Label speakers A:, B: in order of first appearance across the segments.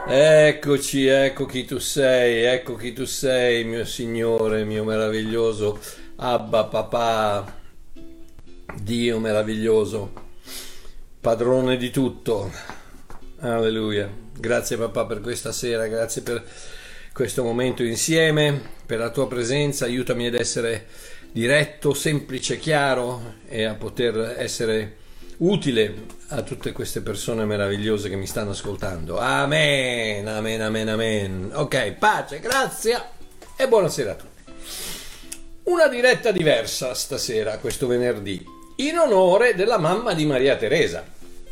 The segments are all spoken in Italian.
A: Eccoci, ecco chi tu sei, mio Signore, mio meraviglioso Abba papà, Dio meraviglioso, padrone di tutto. Alleluia. Grazie papà per questa sera, grazie per questo momento insieme, per la tua presenza, aiutami ad essere diretto, semplice, chiaro e a poter essere utile a tutte queste persone meravigliose che mi stanno ascoltando. Amen, amen, amen, amen. Ok, pace, grazia e buonasera a tutti. Una diretta diversa stasera, questo venerdì, in onore della mamma di Maria Teresa,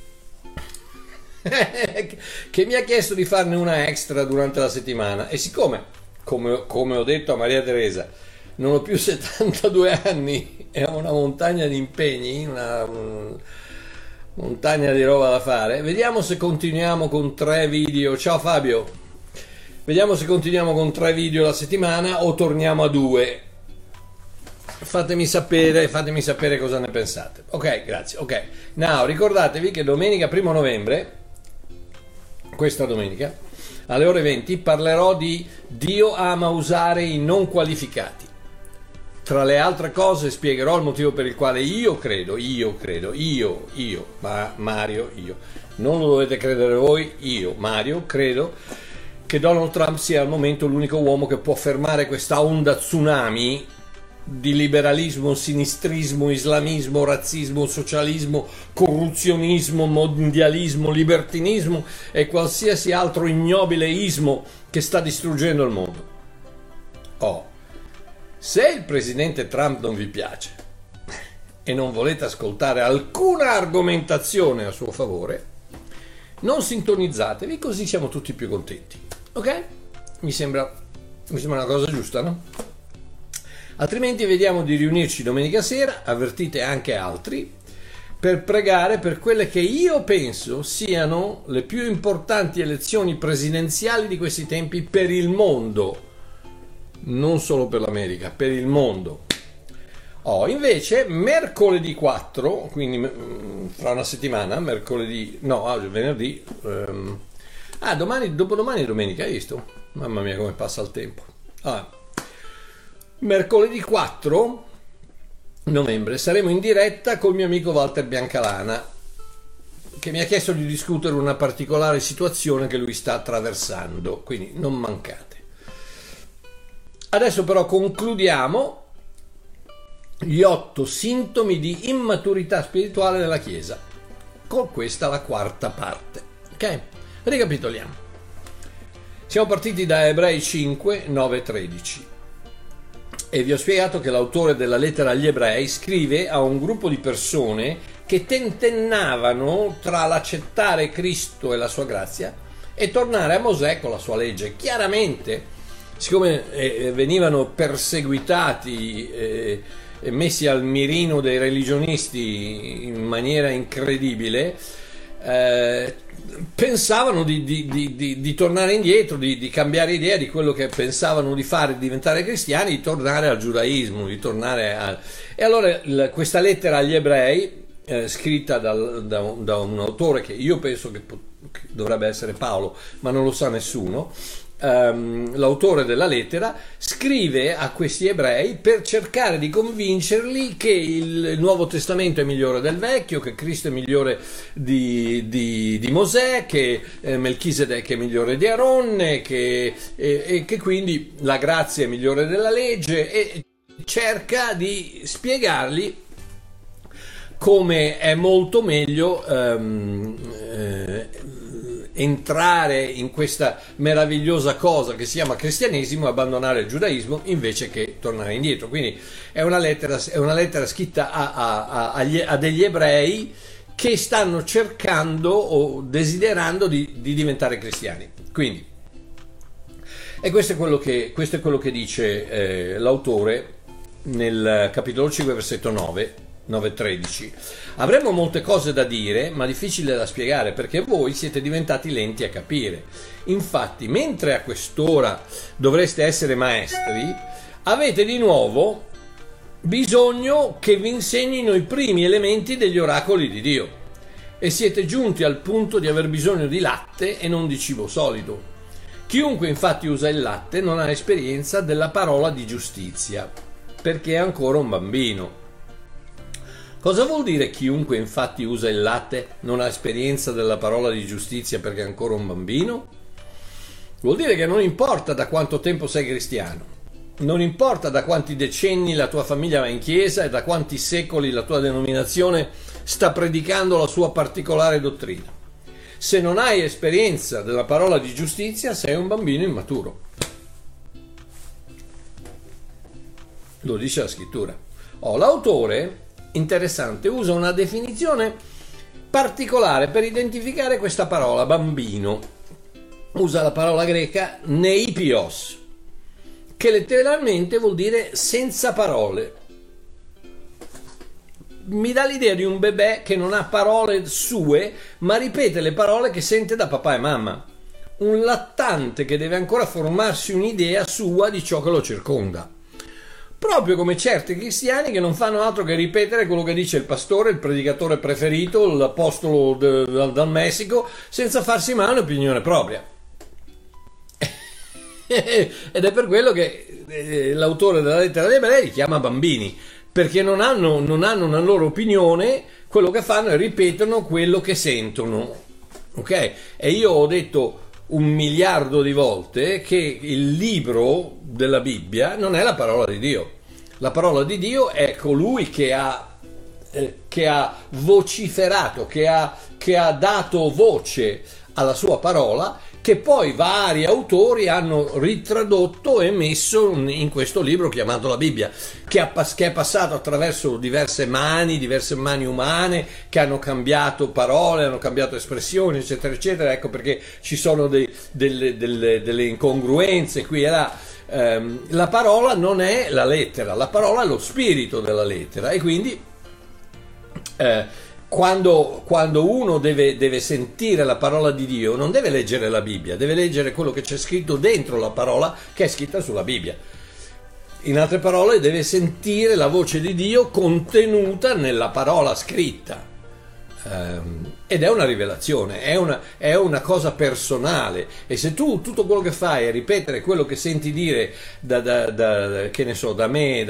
A: che mi ha chiesto di farne una extra durante la settimana. E siccome, come ho detto a Maria Teresa, non ho più 72 anni e ho una montagna di impegni, una montagna di roba da fare, vediamo se continuiamo con 3 video. Ciao Fabio, vediamo se continuiamo con 3 video la settimana o torniamo a 2. Fatemi sapere cosa ne pensate. Ok, grazie. Ok, now ricordatevi che domenica 1 novembre, questa domenica alle ore 20, parlerò di Dio ama usare i non qualificati. Tra le altre cose spiegherò il motivo per il quale io credo, Mario, non lo dovete credere voi, io, Mario, credo che Donald Trump sia al momento l'unico uomo che può fermare questa onda tsunami di liberalismo, sinistrismo, islamismo, razzismo, socialismo, corruzionismo, mondialismo, libertinismo e qualsiasi altro ignobile ismo che sta distruggendo il mondo. Se il presidente Trump non vi piace e non volete ascoltare alcuna argomentazione a suo favore, non sintonizzatevi, così siamo tutti più contenti. Ok? Mi sembra una cosa giusta, no? Altrimenti vediamo di riunirci domenica sera, avvertite anche altri, per pregare per quelle che io penso siano le più importanti elezioni presidenziali di questi tempi per il mondo. Non solo per l'America, per il mondo. Invece mercoledì 4, quindi fra una settimana, venerdì, dopodomani è domenica, hai visto? Mamma mia come passa il tempo. Mercoledì 4 novembre saremo in diretta col mio amico Walter Biancalana, che mi ha chiesto di discutere una particolare situazione che lui sta attraversando, quindi non mancate. Adesso però concludiamo gli 8 sintomi di immaturità spirituale della Chiesa. Con questa la quarta parte. Ok? Ricapitoliamo. Siamo partiti da Ebrei 5, 9, 13 e vi ho spiegato che l'autore della lettera agli Ebrei scrive a un gruppo di persone che tentennavano tra l'accettare Cristo e la sua grazia e tornare a Mosè con la sua legge. Chiaramente, siccome venivano perseguitati e messi al mirino dei religionisti in maniera incredibile, pensavano di tornare indietro, di cambiare idea di quello che pensavano di fare, di diventare cristiani, di tornare al giudaismo, E allora questa lettera agli ebrei, scritta da un autore che io penso che dovrebbe essere Paolo, ma non lo sa nessuno, l'autore della lettera scrive a questi ebrei per cercare di convincerli che il Nuovo Testamento è migliore del Vecchio, che Cristo è migliore di Mosè, che Melchisedec è migliore di Aronne, e che quindi la grazia è migliore della legge, e cerca di spiegargli come è molto meglio entrare in questa meravigliosa cosa che si chiama cristianesimo e abbandonare il giudaismo invece che tornare indietro. Quindi è una lettera scritta a degli ebrei che stanno cercando o desiderando di diventare cristiani. Quindi, e questo è quello che dice l'autore nel capitolo 5 versetto 9-13. Avremmo molte cose da dire, ma difficile da spiegare perché voi siete diventati lenti a capire. Infatti, mentre a quest'ora dovreste essere maestri, avete di nuovo bisogno che vi insegnino i primi elementi degli oracoli di Dio. e siete giunti al punto di aver bisogno di latte e non di cibo solido. Chiunque infatti usa il latte non ha esperienza della parola di giustizia, perché è ancora un bambino. Cosa vuol dire chiunque infatti usa il latte non ha esperienza della parola di giustizia perché è ancora un bambino? Vuol dire che non importa da quanto tempo sei cristiano, non importa da quanti decenni la tua famiglia va in chiesa e da quanti secoli la tua denominazione sta predicando la sua particolare dottrina. Se non hai esperienza della parola di giustizia, sei un bambino immaturo. Lo dice la scrittura. L'autore, interessante, usa una definizione particolare per identificare questa parola, bambino. Usa la parola greca neipios, che letteralmente vuol dire senza parole. Mi dà l'idea di un bebè che non ha parole sue, ma ripete le parole che sente da papà e mamma. Un lattante che deve ancora formarsi un'idea sua di ciò che lo circonda. Proprio come certi cristiani che non fanno altro che ripetere quello che dice il pastore, il predicatore preferito, l'apostolo dal Messico, senza farsi mai un'opinione propria. Ed è per quello che l'autore della lettera agli Ebrei li chiama bambini, perché non hanno una loro opinione, quello che fanno è ripetono quello che sentono, ok? E io ho detto 1 miliardo di volte che il libro della Bibbia non è la parola di Dio. La parola di Dio è colui che ha vociferato, che ha dato voce alla sua parola, che poi vari autori hanno ritradotto e messo in questo libro chiamato la Bibbia, che è passato attraverso diverse mani umane, che hanno cambiato parole, hanno cambiato espressioni, eccetera, eccetera. Ecco perché ci sono delle incongruenze qui e là. La parola non è la lettera, la parola è lo spirito della lettera, e quindi quando uno deve sentire la parola di Dio, non deve leggere la Bibbia, deve leggere quello che c'è scritto dentro la parola che è scritta sulla Bibbia. In altre parole, deve sentire la voce di Dio contenuta nella parola scritta. Ed è una rivelazione, è una cosa personale, e se tu tutto quello che fai è ripetere quello che senti dire che ne so, da me,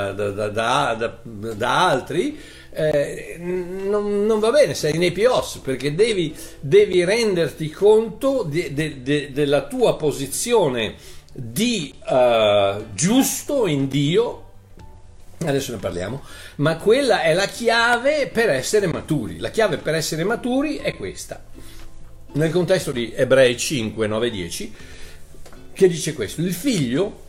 A: da altri, non va bene, sei nepios, perché devi renderti conto della tua posizione di giusto in Dio. Adesso ne parliamo, ma quella è la chiave per essere maturi. La chiave per essere maturi è questa, nel contesto di Ebrei 5, 9, 10, che dice questo: il figlio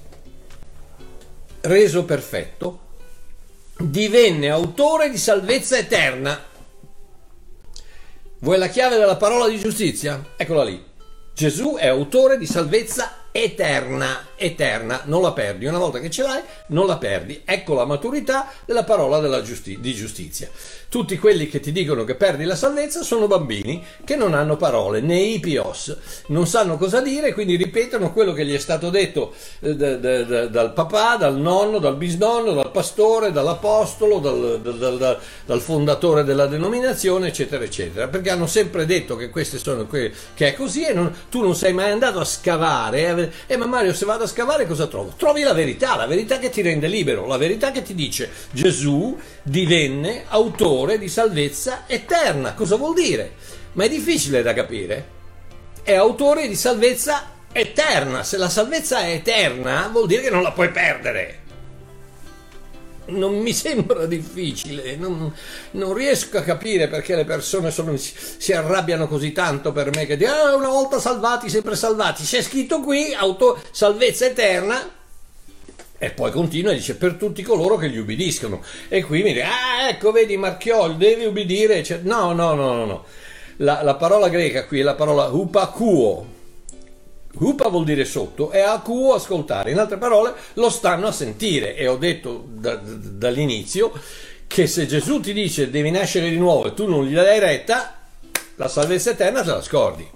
A: reso perfetto divenne autore di salvezza eterna. Vuoi la chiave della parola di giustizia? Eccola lì. Gesù è autore di salvezza eterna, non la perdi. Una volta che ce l'hai, non la perdi. Ecco la maturità della parola di giustizia. Tutti quelli che ti dicono che perdi la salvezza sono bambini che non hanno parole, neipios, non sanno cosa dire, quindi ripetono quello che gli è stato detto dal papà, dal nonno, dal bisnonno, dal pastore, dall'apostolo, dal fondatore della denominazione, eccetera, eccetera, perché hanno sempre detto che queste sono che è così, e tu non sei mai andato a scavare. Ma Mario, se vado a scavare cosa trovo? Trovi la verità che ti rende libero, la verità che ti dice Gesù divenne autore di salvezza eterna. Cosa vuol dire? Ma è difficile da capire. È autore di salvezza eterna. Se la salvezza è eterna, vuol dire che non la puoi perdere. Non mi sembra difficile, non riesco a capire perché le persone si arrabbiano così tanto per me, che dicono una volta salvati, sempre salvati. C'è scritto qui salvezza eterna, e poi continua e dice per tutti coloro che gli ubbidiscono, e qui mi dice ecco, vedi Marchiol, devi ubbidire. No. La parola greca qui è la parola hupakuo. Hupa vuol dire sotto e akuo ascoltare. In altre parole, lo stanno a sentire. E ho detto dall'inizio che se Gesù ti dice devi nascere di nuovo e tu non gli dai retta, la salvezza eterna te la scordi.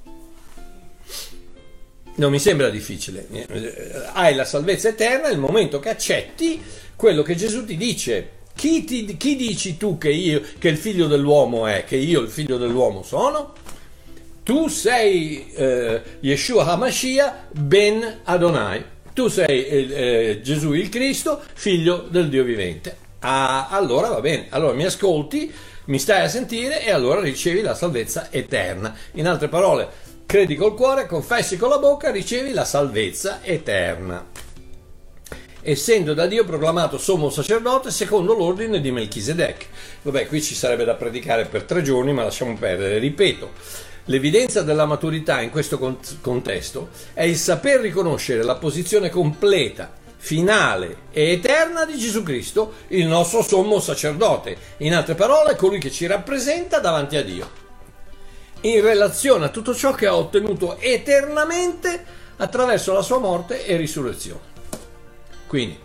A: Non mi sembra difficile. Hai la salvezza eterna nel momento che accetti quello che Gesù ti dice Chi dici tu che il figlio dell'uomo è, che io il figlio dell'uomo sono? Tu sei Yeshua HaMashiach ben Adonai. Tu sei Gesù il Cristo, figlio del Dio vivente. Ah, allora va bene, allora mi ascolti, mi stai a sentire e allora ricevi la salvezza eterna. In altre parole, credi col cuore, confessi con la bocca, ricevi la salvezza eterna. Essendo da Dio proclamato sommo sacerdote secondo l'ordine di Melchisedec. Vabbè, qui ci sarebbe da predicare per 3 giorni, ma lasciamo perdere. Ripeto, l'evidenza della maturità in questo contesto è il saper riconoscere la posizione completa, finale e eterna di Gesù Cristo, il nostro sommo sacerdote. In altre parole, colui che ci rappresenta davanti a Dio, in relazione a tutto ciò che ha ottenuto eternamente attraverso la sua morte e risurrezione. Quindi,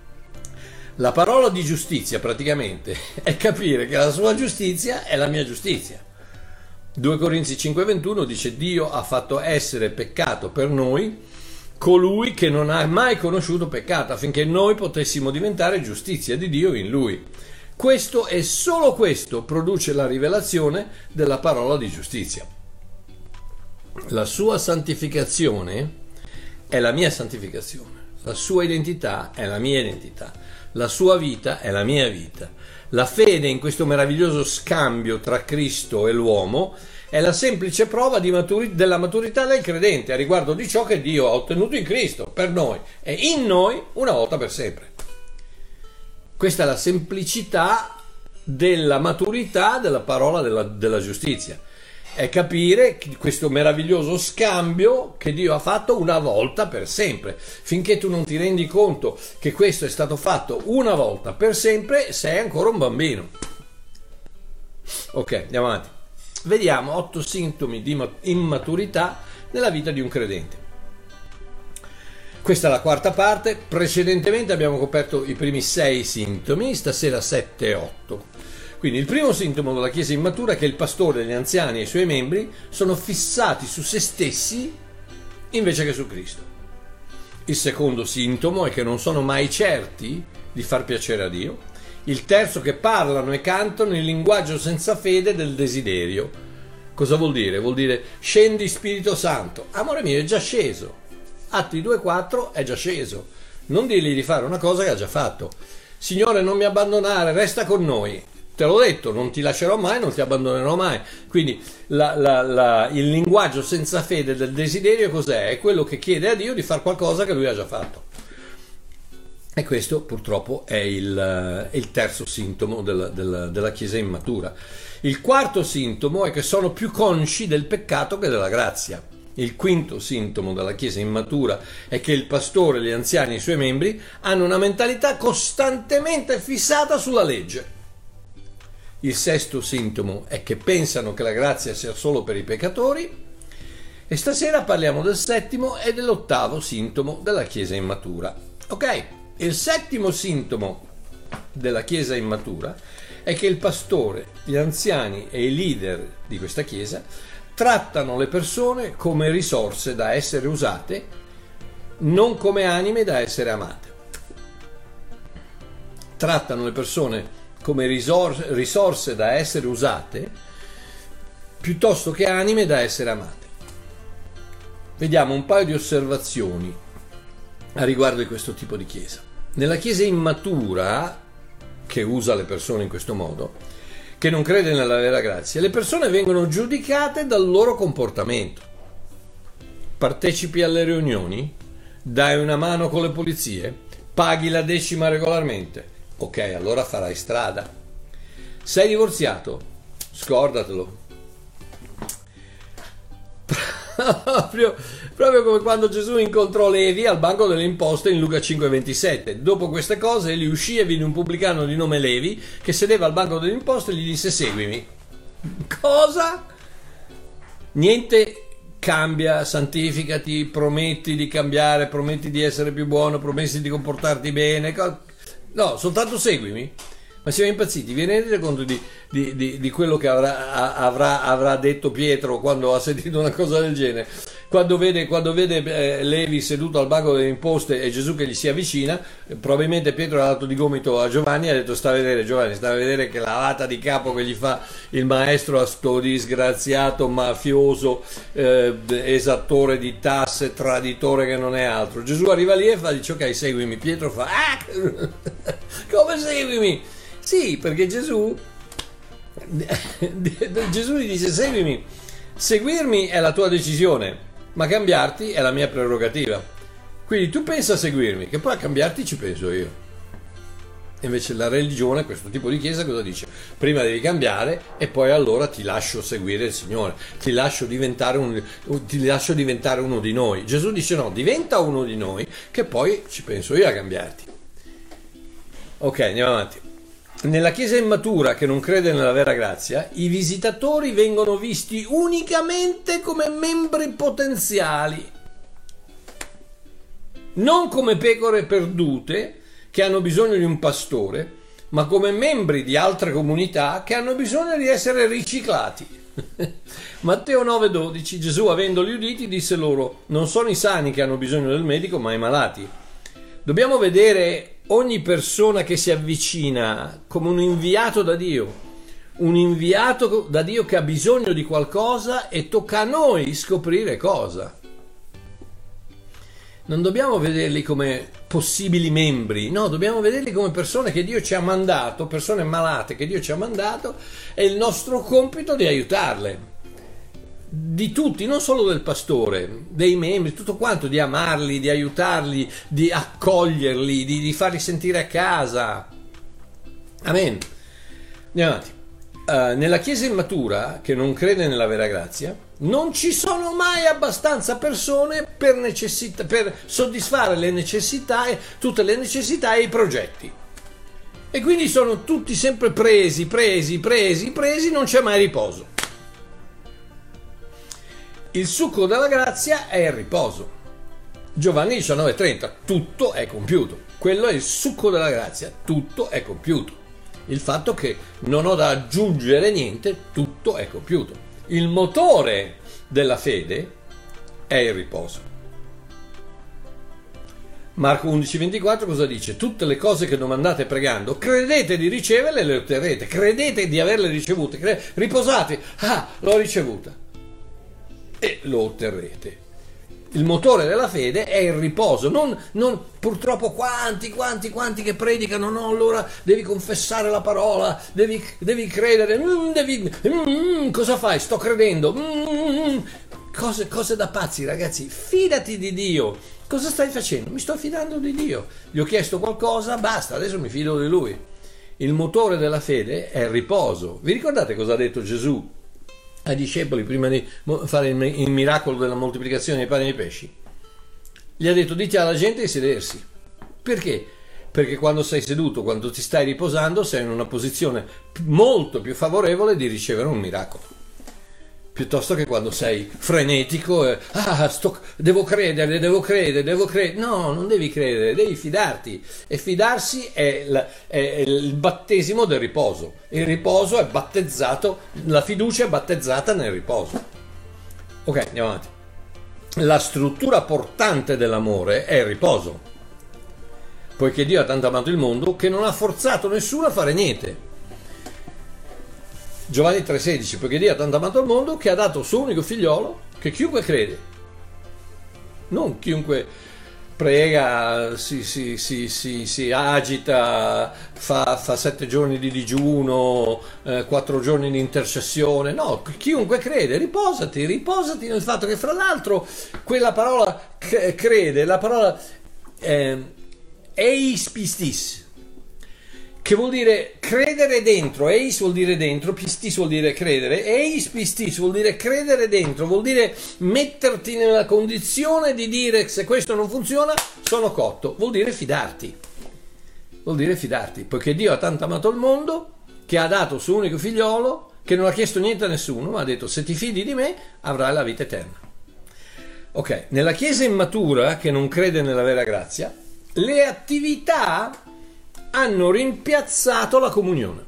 A: la parola di giustizia praticamente è capire che la sua giustizia è la mia giustizia. 2 Corinzi 5,21 dice: Dio ha fatto essere peccato per noi colui che non ha mai conosciuto peccato, affinché noi potessimo diventare giustizia di Dio in Lui. Questo e solo questo produce la rivelazione della parola di giustizia. La sua santificazione è la mia santificazione, la sua identità è la mia identità, la sua vita è la mia vita. La fede in questo meraviglioso scambio tra Cristo e l'uomo è la semplice prova della maturità del credente a riguardo di ciò che Dio ha ottenuto in Cristo per noi e in noi una volta per sempre. Questa è la semplicità della maturità della parola della giustizia. È capire questo meraviglioso scambio che Dio ha fatto una volta per sempre. Finché tu non ti rendi conto che questo è stato fatto una volta per sempre, sei ancora un bambino. Ok, andiamo avanti. Vediamo 8 sintomi di immaturità nella vita di un credente. Questa è la quarta parte. Precedentemente abbiamo coperto i primi 6 sintomi, stasera 7 e 8. Quindi il primo sintomo della Chiesa immatura è che il pastore, gli anziani e i suoi membri sono fissati su se stessi invece che su Cristo. Il secondo sintomo è che non sono mai certi di far piacere a Dio. Il terzo, che parlano e cantano il linguaggio senza fede del desiderio. Cosa vuol dire? Vuol dire: scendi Spirito Santo. Amore mio, è già sceso. Atti 2,4 è già sceso. Non dirgli di fare una cosa che ha già fatto. Signore, non mi abbandonare, resta con noi. Te l'ho detto, non ti lascerò mai, non ti abbandonerò mai. Quindi il linguaggio senza fede del desiderio cos'è? È quello che chiede a Dio di fare qualcosa che lui ha già fatto. E questo purtroppo è il terzo sintomo della Chiesa immatura. Il quarto sintomo è che sono più consci del peccato che della grazia. Il quinto sintomo della Chiesa immatura è che il pastore, gli anziani e i suoi membri hanno una mentalità costantemente fissata sulla legge. Il sesto sintomo è che pensano che la grazia sia solo per i peccatori. E stasera parliamo del settimo e dell'8º sintomo della Chiesa immatura. Ok, il settimo sintomo della Chiesa immatura è che il pastore, gli anziani e i leader di questa Chiesa trattano le persone come risorse da essere usate, non come anime da essere amate. Trattano le persone come risorse da essere usate piuttosto che anime da essere amate. Vediamo un paio di osservazioni a riguardo di questo tipo di chiesa. Nella chiesa immatura, che usa le persone in questo modo, che non crede nella vera grazia, le persone vengono giudicate dal loro comportamento. Partecipi alle riunioni? Dai una mano con le pulizie? Paghi la decima regolarmente? Ok, allora farai strada. Sei divorziato? Scordatelo. Proprio come quando Gesù incontrò Levi al banco delle imposte in Luca 5,27. Dopo queste cose egli uscì e vide un pubblicano di nome Levi che sedeva al banco delle imposte e gli disse: seguimi. Cosa? Niente cambia, santificati, prometti di cambiare, prometti di essere più buono, prometti di comportarti bene. No, soltanto seguimi. Ma siamo impazziti, vi rendete conto di quello che avrà detto Pietro quando ha sentito una cosa del genere? Quando vede Levi seduto al banco delle imposte e Gesù che gli si avvicina, probabilmente Pietro ha dato di gomito a Giovanni e ha detto: sta a vedere Giovanni, sta a vedere che lavata di capo che gli fa il maestro a sto disgraziato, mafioso, esattore di tasse, traditore che non è altro. Gesù arriva lì e dice: ok, seguimi. Pietro fa: come seguimi? Sì, perché Gesù gli dice: seguimi. Seguirmi è la tua decisione, ma cambiarti è la mia prerogativa. Quindi tu pensa a seguirmi, che poi a cambiarti ci penso io. Invece la religione, questo tipo di chiesa, cosa dice? Prima devi cambiare e poi allora ti lascio seguire il Signore, ti lascio diventare uno di noi. Gesù dice: no, diventa uno di noi, che poi ci penso io a cambiarti. Ok, andiamo avanti. Nella chiesa immatura che non crede nella vera grazia, i visitatori vengono visti unicamente come membri potenziali, non come pecore perdute che hanno bisogno di un pastore, ma come membri di altre comunità che hanno bisogno di essere riciclati. Matteo 9,12: Gesù, avendoli uditi, disse loro: non sono i sani che hanno bisogno del medico, ma i malati. Dobbiamo vedere ogni persona che si avvicina come un inviato da Dio che ha bisogno di qualcosa e tocca a noi scoprire cosa. Non dobbiamo vederli come possibili membri, no, dobbiamo vederli come persone che Dio ci ha mandato, persone malate che Dio ci ha mandato, è il nostro compito di aiutarle. Di tutti, non solo del pastore, dei membri, tutto quanto, di amarli, di aiutarli, di accoglierli, di farli sentire a casa. Amen. Andiamo avanti. Nella chiesa immatura, che non crede nella vera grazia, non ci sono mai abbastanza persone per soddisfare le necessità, tutte le necessità e i progetti. E quindi sono tutti sempre presi, non c'è mai riposo. Il succo della grazia è il riposo. Giovanni 19,30: tutto è compiuto. Quello è il succo della grazia, tutto è compiuto. Il fatto che non ho da aggiungere niente, tutto è compiuto. Il motore della fede è il riposo. Marco 11,24 cosa dice? Tutte le cose che domandate pregando, credete di riceverle e le otterrete, credete di averle ricevute, riposate, l'ho ricevuta e lo otterrete. Il motore della fede è il riposo, non purtroppo quanti che predicano, no, allora devi confessare la parola, devi credere, cosa fai? Sto credendo, cose da pazzi, ragazzi. Fidati di Dio. Cosa stai facendo? Mi sto fidando di Dio. Gli ho chiesto qualcosa, basta, adesso mi fido di Lui. Il motore della fede è il riposo. Vi ricordate cosa ha detto Gesù ai discepoli prima di fare il miracolo della moltiplicazione dei pani e dei pesci? Gli ha detto: dite alla gente di sedersi. Perché? Perché quando sei seduto, quando ti stai riposando, sei in una posizione molto più favorevole di ricevere un miracolo, piuttosto che quando sei frenetico e devo credere. No, non devi credere, devi fidarti. E fidarsi è il battesimo del riposo. Il riposo è battezzato, la fiducia è battezzata nel riposo. Ok, andiamo avanti. La struttura portante dell'amore è il riposo, poiché Dio ha tanto amato il mondo che non ha forzato nessuno a fare niente. Giovanni 3,16: poiché Dio ha tanto amato il mondo che ha dato il suo unico figliolo, che chiunque crede, non chiunque prega, si agita, fa 7 giorni di digiuno, 4 giorni di intercessione, no, chiunque crede, riposati nel fatto che, fra l'altro, quella parola crede, la parola eis pistis, che vuol dire credere dentro. Eis vuol dire dentro, pistis vuol dire credere, eis pistis vuol dire credere dentro, vuol dire metterti nella condizione di dire: se questo non funziona sono cotto. Vuol dire fidarti, poiché Dio ha tanto amato il mondo che ha dato il suo unico figliolo, che non ha chiesto niente a nessuno, ma ha detto: se ti fidi di me avrai la vita eterna. Ok, nella chiesa immatura che non crede nella vera grazia, le attività hanno rimpiazzato la comunione.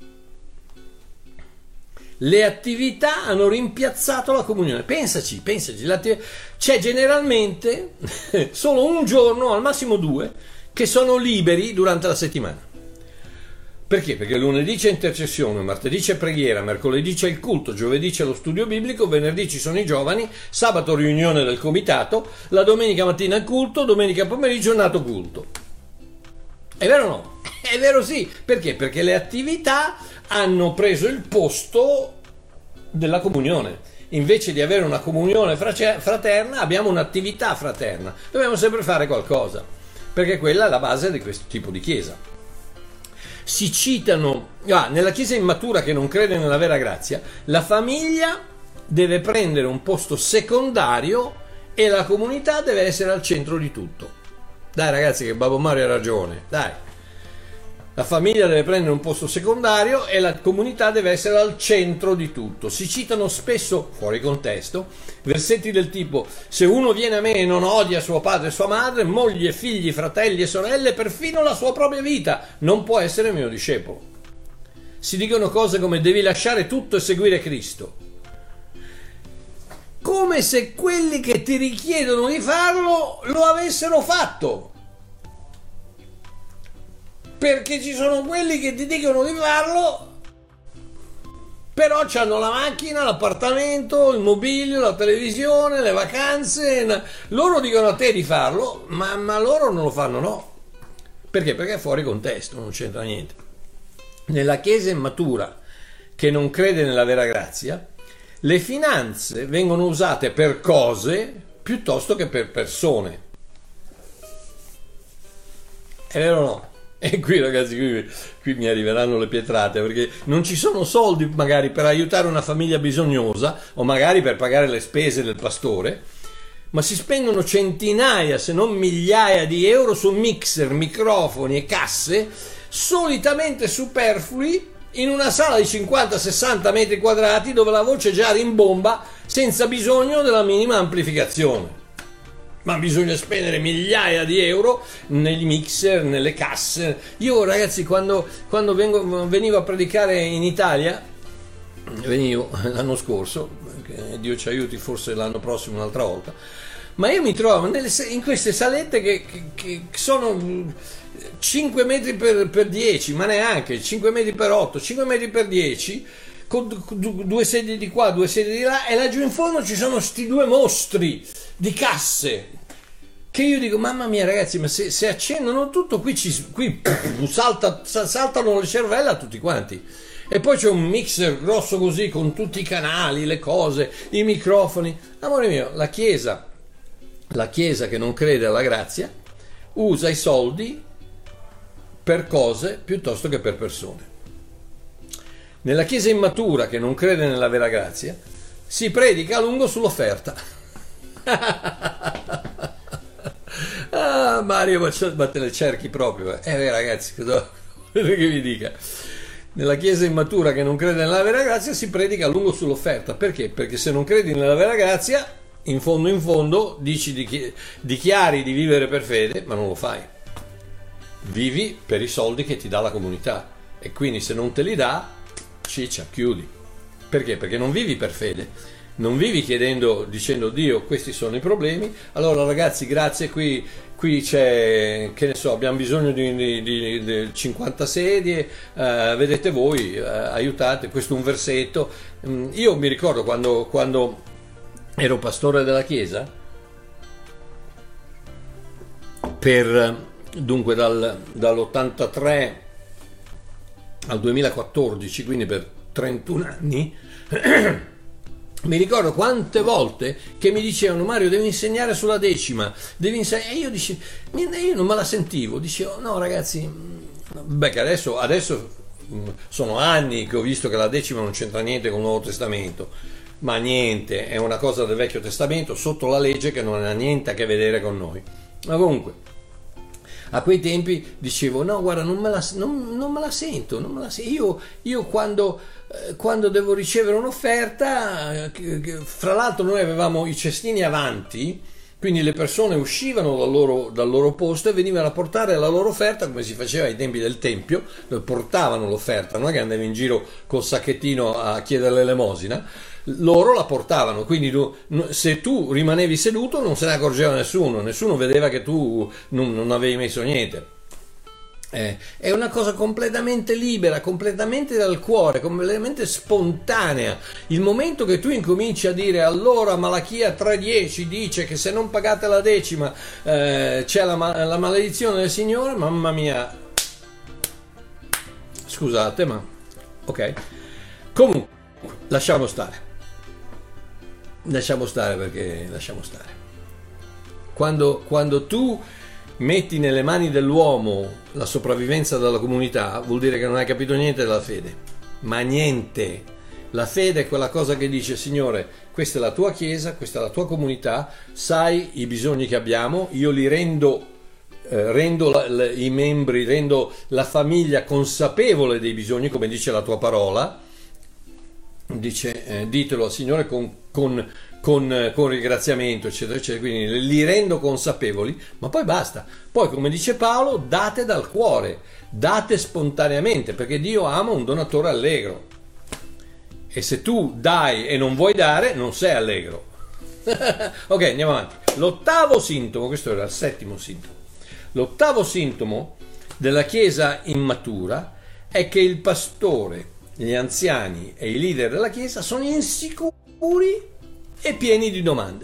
A: Le attività hanno rimpiazzato la comunione. Pensaci. C'è generalmente solo un giorno, al massimo 2, che sono liberi durante la settimana. Perché? Perché lunedì c'è intercessione, martedì c'è preghiera, mercoledì c'è il culto, giovedì c'è lo studio biblico, venerdì ci sono i giovani, sabato riunione del comitato, la domenica mattina il culto, domenica pomeriggio nato culto. È vero o no? È vero, sì. Perché? Perché le attività hanno preso il posto della comunione. Invece di avere una comunione fraterna, abbiamo un'attività fraterna. Dobbiamo sempre fare qualcosa, perché quella è la base di questo tipo di chiesa. Si citano, nella chiesa immatura che non crede nella vera grazia, la famiglia deve prendere un posto secondario e la comunità deve essere al centro di tutto. Dai ragazzi, che Babbo Mario ha ragione, dai. La famiglia deve prendere un posto secondario e la comunità deve essere al centro di tutto. Si citano spesso, fuori contesto, versetti del tipo: se uno viene a me e non odia suo padre e sua madre, moglie, figli, fratelli e sorelle, perfino la sua propria vita, non può essere mio discepolo. Si dicono cose come: devi lasciare tutto e seguire Cristo. Come se quelli che ti richiedono di farlo lo avessero fatto. Perché ci sono quelli che ti dicono di farlo, però hanno la macchina, l'appartamento, il mobilio, la televisione, le vacanze. Loro dicono a te di farlo, ma loro non lo fanno, no. Perché? Perché è fuori contesto, non c'entra niente. Nella chiesa immatura che non crede nella vera grazia, le finanze vengono usate per cose piuttosto che per persone. È vero o no? E qui ragazzi, qui mi arriveranno le pietrate, perché non ci sono soldi magari per aiutare una famiglia bisognosa o magari per pagare le spese del pastore, ma si spendono centinaia se non migliaia di euro su mixer, microfoni e casse solitamente superflui in una sala di 50-60 metri quadrati dove la voce già rimbomba senza bisogno della minima amplificazione. Ma bisogna spendere migliaia di euro nei mixer, nelle casse. Io ragazzi, quando venivo a predicare in Italia, venivo l'anno scorso, Dio ci aiuti, forse l'anno prossimo un'altra volta, ma io mi trovo in queste salette che sono 5 metri per 10, ma neanche 5 metri per 8, 5 metri per 10, con 2 sedie di qua, 2 sedie di là, e laggiù in fondo ci sono sti 2 mostri di casse che io dico: mamma mia ragazzi, ma se accendono tutto qui saltano le cervella a tutti quanti. E poi c'è un mixer grosso così con tutti i canali, le cose, i microfoni. Amore mio, la chiesa che non crede alla grazia usa i soldi per cose piuttosto che per persone. Nella chiesa immatura che non crede nella vera grazia si predica a lungo sull'offerta. Mario, ma te le cerchi proprio, ragazzi, cosa volete che vi dica? Nella chiesa immatura che non crede nella vera grazia si predica a lungo sull'offerta. Perché? Perché se non credi nella vera grazia, in fondo dichiari di vivere per fede, ma non lo fai. Vivi per i soldi che ti dà la comunità, e quindi se non te li dà, ciccia, chiudi. Perché? Perché non vivi per fede. Non vivi dicendo: Dio, questi sono i problemi, allora ragazzi grazie, qui c'è, che ne so, abbiamo bisogno di 50 sedie, vedete voi, aiutate, questo è un versetto. Io mi ricordo quando ero pastore della chiesa, dunque dall'83 al 2014, quindi per 31 anni, mi ricordo quante volte che mi dicevano: Mario, devi insegnare sulla decima, e io non me la sentivo, dicevo: no ragazzi, che adesso sono anni che ho visto che la decima non c'entra niente con il Nuovo Testamento, ma niente, è una cosa del Vecchio Testamento sotto la legge che non ha niente a che vedere con noi. Ma comunque, a quei tempi dicevo: no, guarda, non me la sento. Io quando devo ricevere un'offerta, fra l'altro noi avevamo i cestini avanti, Quindi le persone uscivano dal loro posto e venivano a portare la loro offerta, come si faceva ai tempi del Tempio, portavano l'offerta, non è che andavi in giro col sacchettino a chiedere l'elemosina, loro la portavano, quindi se tu rimanevi seduto non se ne accorgeva nessuno vedeva che tu non avevi messo niente. È una cosa completamente libera, completamente dal cuore, completamente spontanea. Il momento che tu incominci a dire allora Malachia 3:10 dice che se non pagate la decima c'è la maledizione del Signore, mamma mia, scusate ma ok, comunque lasciamo stare perché lasciamo stare. Quando tu metti nelle mani dell'uomo la sopravvivenza della comunità, vuol dire che non hai capito niente della fede, ma niente. La fede è quella cosa che dice: Signore, questa è la tua chiesa, questa è la tua comunità, sai i bisogni che abbiamo, io li rendo i membri, rendo la famiglia consapevole dei bisogni, come dice la tua parola. Dice ditelo al Signore con ringraziamento, eccetera, eccetera. Quindi li rendo consapevoli, ma poi basta. Poi, come dice Paolo, date dal cuore, date spontaneamente, perché Dio ama un donatore allegro. E se tu dai e non vuoi dare, non sei allegro. Ok, andiamo avanti. L'ottavo sintomo, questo era il settimo sintomo. L'ottavo sintomo della Chiesa immatura è che il pastore, gli anziani e i leader della Chiesa sono insicuri e pieni di domande.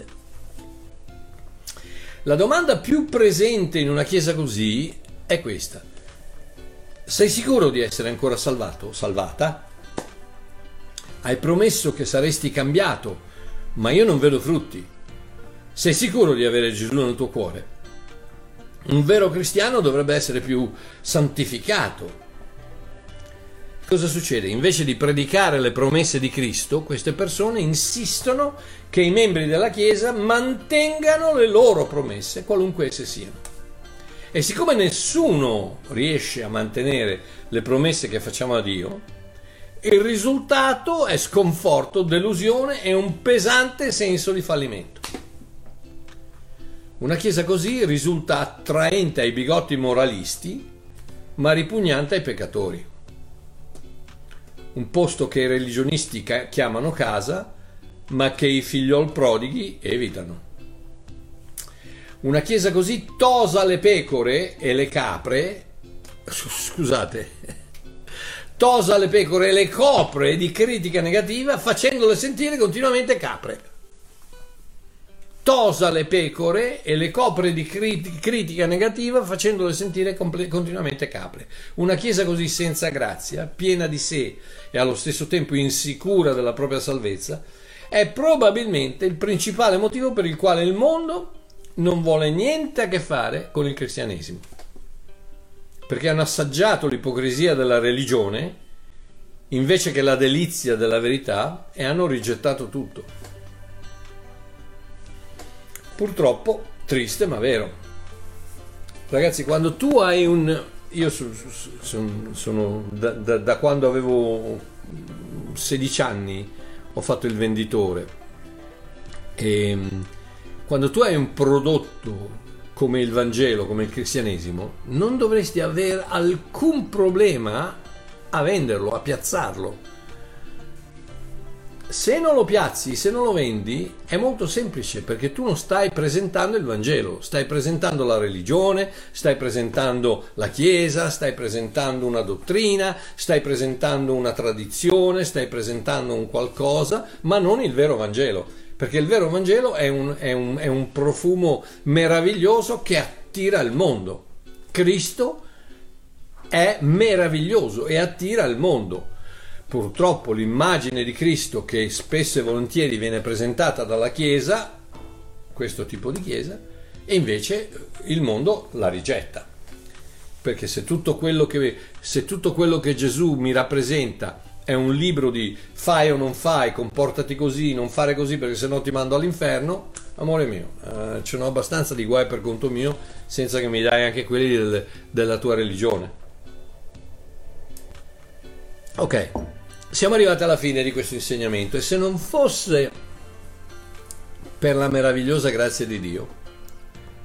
A: La domanda più presente in una Chiesa così è questa: sei sicuro di essere ancora salvato, salvata? Hai promesso che saresti cambiato, ma io non vedo frutti. Sei sicuro di avere Gesù nel tuo cuore? Un vero cristiano dovrebbe essere più santificato. Cosa succede? Invece di predicare le promesse di Cristo, queste persone insistono che i membri della Chiesa mantengano le loro promesse, qualunque esse siano. E siccome nessuno riesce a mantenere le promesse che facciamo a Dio, il risultato è sconforto, delusione e un pesante senso di fallimento. Una Chiesa così risulta attraente ai bigotti moralisti, ma ripugnante ai peccatori. Un posto che i religionisti chiamano casa, ma che i figliol prodighi evitano. Una Chiesa così tosa le pecore e le capre, tosa le pecore e le copre di critica negativa, facendole sentire continuamente capre. Tosa le pecore e le copre di critica negativa, facendole sentire continuamente capre. Una Chiesa così senza grazia, piena di sé e allo stesso tempo insicura della propria salvezza, è probabilmente il principale motivo per il quale il mondo non vuole niente a che fare con il cristianesimo. Perché hanno assaggiato l'ipocrisia della religione invece che la delizia della verità e hanno rigettato tutto. Purtroppo, triste ma vero. Ragazzi, quando tu hai io sono da quando avevo 16 anni ho fatto il venditore, e quando tu hai un prodotto come il Vangelo, come il cristianesimo, non dovresti avere alcun problema a venderlo, a piazzarlo. Se non lo piazzi, se non lo vendi, è molto semplice, perché tu non stai presentando il Vangelo, stai presentando la religione, stai presentando la Chiesa, stai presentando una dottrina, stai presentando una tradizione, stai presentando un qualcosa, ma non il vero Vangelo, perché il vero Vangelo è un profumo meraviglioso che attira il mondo. Cristo è meraviglioso e attira il mondo. Purtroppo l'immagine di Cristo che spesso e volentieri viene presentata dalla Chiesa, questo tipo di Chiesa, e invece il mondo la rigetta. Perché se tutto quello che Gesù mi rappresenta è un libro di fai o non fai, comportati così, non fare così perché sennò ti mando all'inferno, amore mio, ce n'ho abbastanza di guai per conto mio senza che mi dai anche quelli della tua religione. Ok. Siamo arrivati alla fine di questo insegnamento e se non fosse per la meravigliosa grazia di Dio,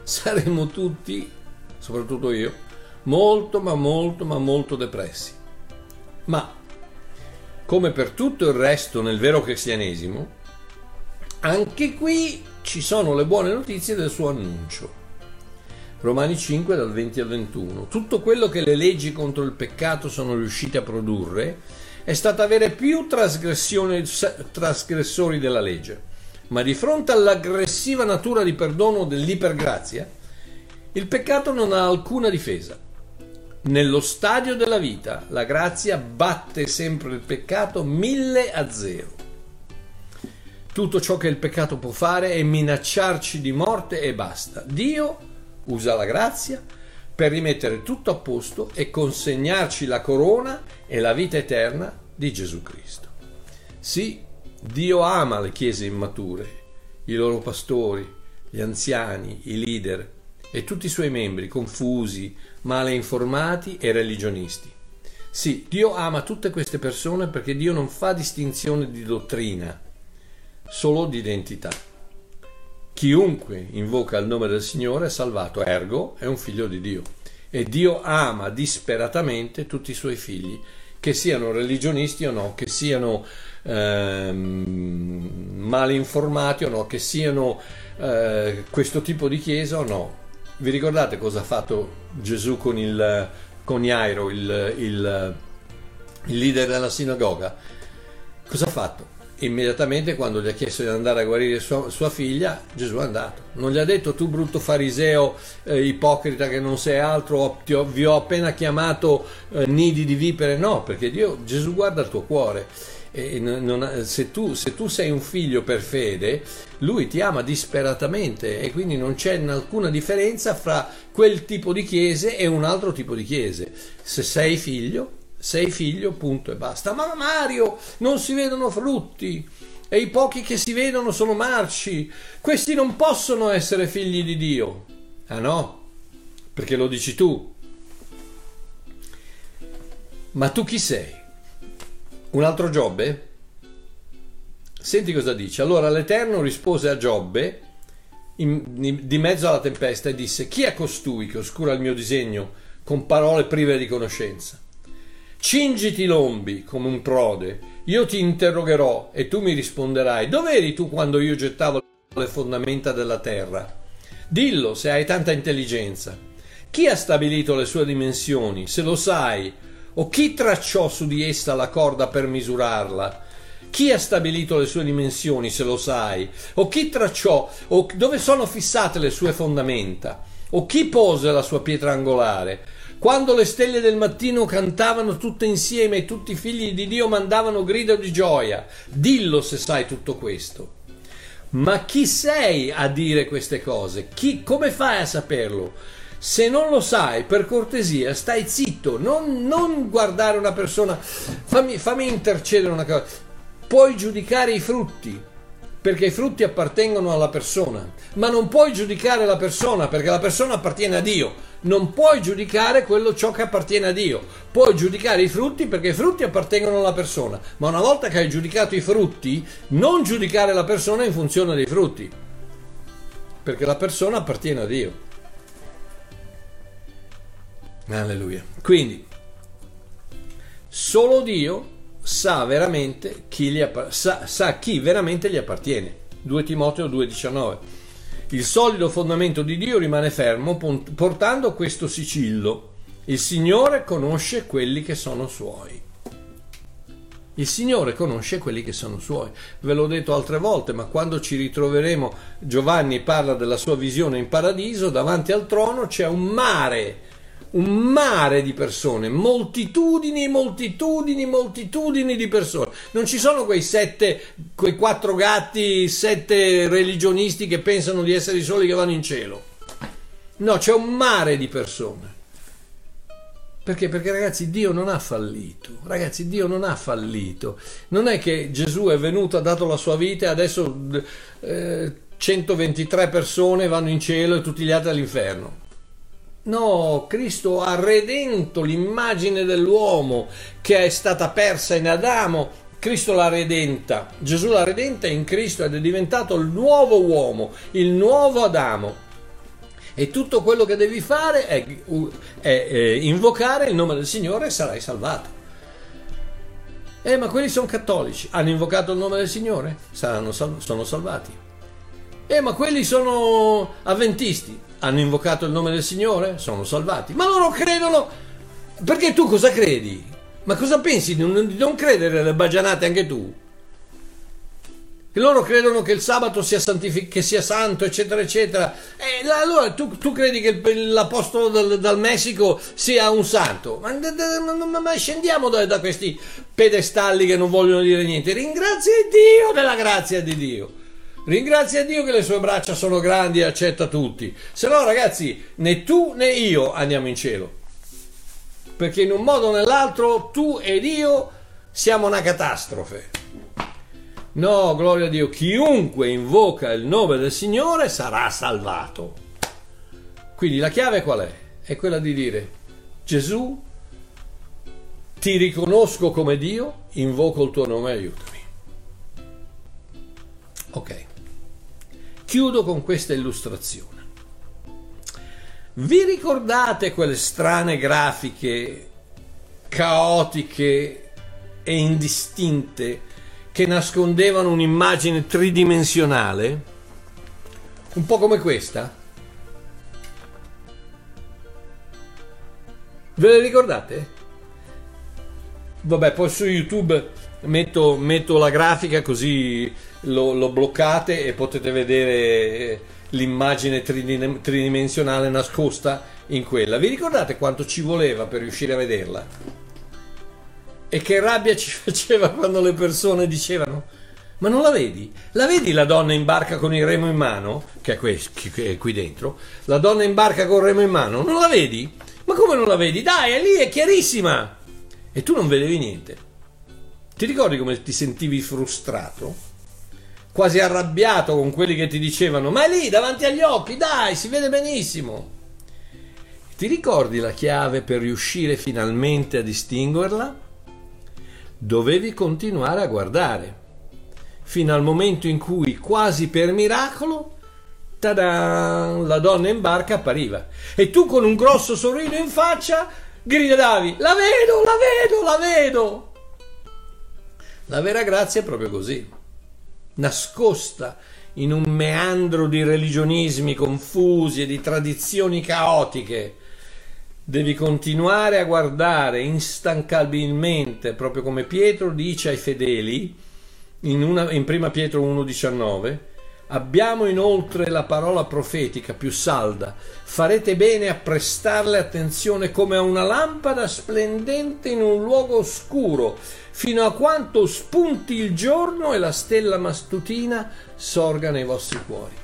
A: saremmo tutti, soprattutto io, molto ma molto ma molto depressi. Ma come per tutto il resto nel vero cristianesimo, anche qui ci sono le buone notizie del suo annuncio. Romani 5 dal 20 al 21. Tutto quello che le leggi contro il peccato sono riuscite a produrre è stato avere più trasgressori della legge, ma di fronte all'aggressiva natura di perdono dell'ipergrazia, il peccato non ha alcuna difesa. Nello stadio della vita la grazia batte sempre il peccato 1000-0. Tutto ciò che il peccato può fare è minacciarci di morte e basta. Dio usa la grazia per rimettere tutto a posto e consegnarci la corona e la vita eterna di Gesù Cristo. Sì, Dio ama le chiese immature, i loro pastori, gli anziani, i leader e tutti i suoi membri confusi, male informati e religionisti. Sì, Dio ama tutte queste persone perché Dio non fa distinzione di dottrina, solo di identità. Chiunque invoca il nome del Signore è salvato, ergo è un figlio di Dio. E Dio ama disperatamente tutti i suoi figli, che siano religionisti o no, che siano male informati o no, che siano questo tipo di chiesa o no. Vi ricordate cosa ha fatto Gesù con Jairo, il leader della sinagoga? Cosa ha fatto? Immediatamente quando gli ha chiesto di andare a guarire sua figlia, Gesù è andato. Non gli ha detto: tu brutto fariseo ipocrita che non sei altro, vi ho appena chiamato nidi di vipere. No, perché Gesù guarda il tuo cuore. E se tu sei un figlio per fede, lui ti ama disperatamente, e quindi non c'è alcuna differenza fra quel tipo di chiese e un altro tipo di chiese. Se sei figlio, punto e basta. Ma Mario, non si vedono frutti e i pochi che si vedono sono marci, questi non possono essere figli di Dio. Ah no, perché lo dici tu. Ma tu chi sei? Un altro Giobbe? Senti cosa dice. Allora l'Eterno rispose a Giobbe di mezzo alla tempesta e disse: chi è costui che oscura il mio disegno con parole prive di conoscenza? Cingiti lombi come un prode, io ti interrogherò e tu mi risponderai: dove eri tu quando io gettavo le fondamenta della terra? Dillo se hai tanta intelligenza. Chi ha stabilito le sue dimensioni, se lo sai? O chi tracciò su di essa la corda per misurarla? Chi ha stabilito le sue dimensioni, se lo sai? O chi tracciò, o dove sono fissate le sue fondamenta? O chi pose la sua pietra angolare? Quando le stelle del mattino cantavano tutte insieme e tutti i figli di Dio mandavano grida di gioia. Dillo se sai tutto questo. Ma chi sei a dire queste cose? Come fai a saperlo? Se non lo sai, per cortesia, stai zitto, non guardare una persona. Fammi intercedere una cosa. Puoi giudicare i frutti, perché i frutti appartengono alla persona, ma non puoi giudicare la persona, perché la persona appartiene a Dio. Non puoi giudicare ciò che appartiene a Dio. Puoi giudicare i frutti, perché i frutti appartengono alla persona, ma una volta che hai giudicato i frutti, non giudicare la persona in funzione dei frutti, perché la persona appartiene a Dio. Alleluia. Quindi solo Dio sa veramente sa chi veramente gli appartiene. 2 Timoteo 2,19. Il solido fondamento di Dio rimane fermo, portando questo sigillo: il Signore conosce quelli che sono suoi. Il Signore conosce quelli che sono suoi. Ve l'ho detto altre volte, ma quando ci ritroveremo, Giovanni parla della sua visione in paradiso, davanti al trono c'è un mare di persone, moltitudini di persone. Non ci sono quei 4 gatti, 7 religionisti che pensano di essere i soli che vanno in cielo. No, c'è un mare di persone. Perché? Perché ragazzi, Dio non ha fallito. Non è che Gesù è venuto, ha dato la sua vita e adesso 123 persone vanno in cielo e tutti gli altri all'inferno. No, Cristo ha redento l'immagine dell'uomo che è stata persa in Adamo. Cristo l'ha redenta, Gesù l'ha redenta in Cristo ed è diventato il nuovo uomo, il nuovo Adamo. E tutto quello che devi fare è invocare il nome del Signore e sarai salvato. Ma quelli sono cattolici, hanno invocato il nome del Signore? Sono salvati. Ma quelli sono avventisti, hanno invocato il nome del Signore? Sono salvati. Ma loro credono, perché tu cosa credi? Ma cosa pensi di non credere alle baggianate anche tu? Che loro credono che il sabato sia che sia santo, eccetera, eccetera. Allora tu credi che l'apostolo dal Messico sia un santo? Ma scendiamo da questi pedestalli che non vogliono dire niente. Ringrazia Dio della grazia di Dio. Ringrazia Dio che le sue braccia sono grandi e accetta tutti. Se no, ragazzi, né tu né io andiamo in cielo. Perché in un modo o nell'altro tu ed io siamo una catastrofe. No, gloria a Dio, chiunque invoca il nome del Signore sarà salvato. Quindi la chiave qual è? È quella di dire: Gesù, ti riconosco come Dio, invoco il tuo nome, aiutami. Ok, chiudo con questa illustrazione. Vi ricordate quelle strane grafiche caotiche e indistinte che nascondevano un'immagine tridimensionale, un po' come questa? Ve le ricordate? Vabbè, poi su YouTube metto la grafica, così lo bloccate e potete vedere l'immagine tridimensionale nascosta in quella. Vi ricordate quanto ci voleva per riuscire a vederla? E che rabbia ci faceva quando le persone dicevano: ma non la vedi? La vedi la donna in barca con il remo in mano? Che è qui dentro. La donna in barca con il remo in mano, non la vedi? Ma come non la vedi? Dai, è lì, è chiarissima! E tu non vedevi niente. Ti ricordi come ti sentivi frustrato? Quasi arrabbiato con quelli che ti dicevano: ma è lì, davanti agli occhi, dai, si vede benissimo! Ti ricordi la chiave per riuscire finalmente a distinguerla? Dovevi continuare a guardare, fino al momento in cui, quasi per miracolo, ta-da, la donna in barca appariva. E tu, con un grosso sorriso in faccia, gridavi: la vedo, la vedo, la vedo! La vera grazia è proprio così, nascosta in un meandro di religionismi confusi e di tradizioni caotiche. Devi continuare a guardare instancabilmente, proprio come Pietro dice ai fedeli in prima Pietro 1,19: abbiamo inoltre la parola profetica più salda, farete bene a prestarle attenzione come a una lampada splendente in un luogo oscuro, fino a quanto spunti il giorno e la stella mattutina sorga nei vostri cuori.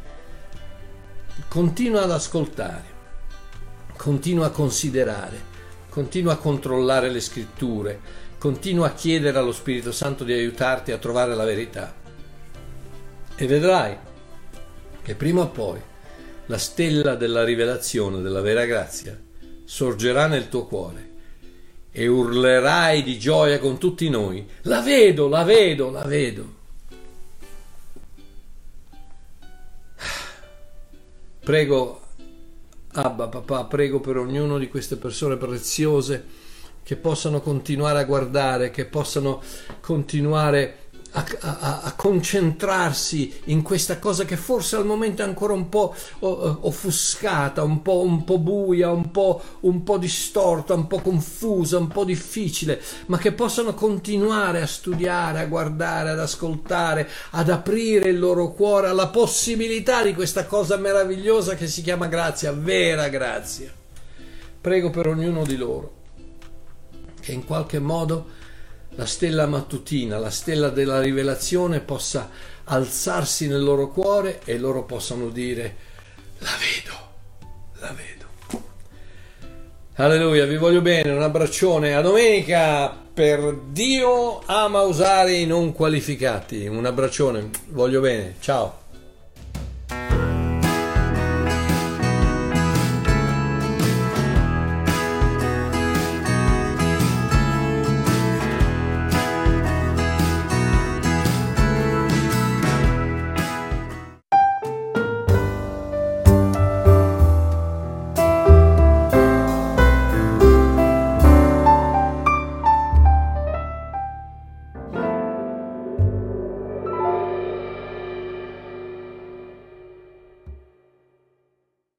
A: Continua ad ascoltare, continua a considerare, continua a controllare le scritture, continua a chiedere allo Spirito Santo di aiutarti a trovare la verità. E vedrai che prima o poi la stella della rivelazione, della vera grazia, sorgerà nel tuo cuore e urlerai di gioia con tutti noi: la vedo, la vedo, la vedo. Prego, Abba, papà, prego per ognuno di queste persone preziose che possano continuare a guardare, che possano continuare a concentrarsi in questa cosa che forse al momento è ancora un po' offuscata, un po' buia, un po' distorta, un po' confusa, un po' difficile, ma che possano continuare a studiare, a guardare, ad ascoltare, ad aprire il loro cuore alla possibilità di questa cosa meravigliosa che si chiama grazia, vera grazia. Prego per ognuno di loro che in qualche modo la stella mattutina, la stella della rivelazione possa alzarsi nel loro cuore e loro possano dire: la vedo, la vedo. Alleluia, vi voglio bene, un abbraccione, a domenica, per Dio ama usare i non qualificati, un abbraccione, voglio bene, ciao.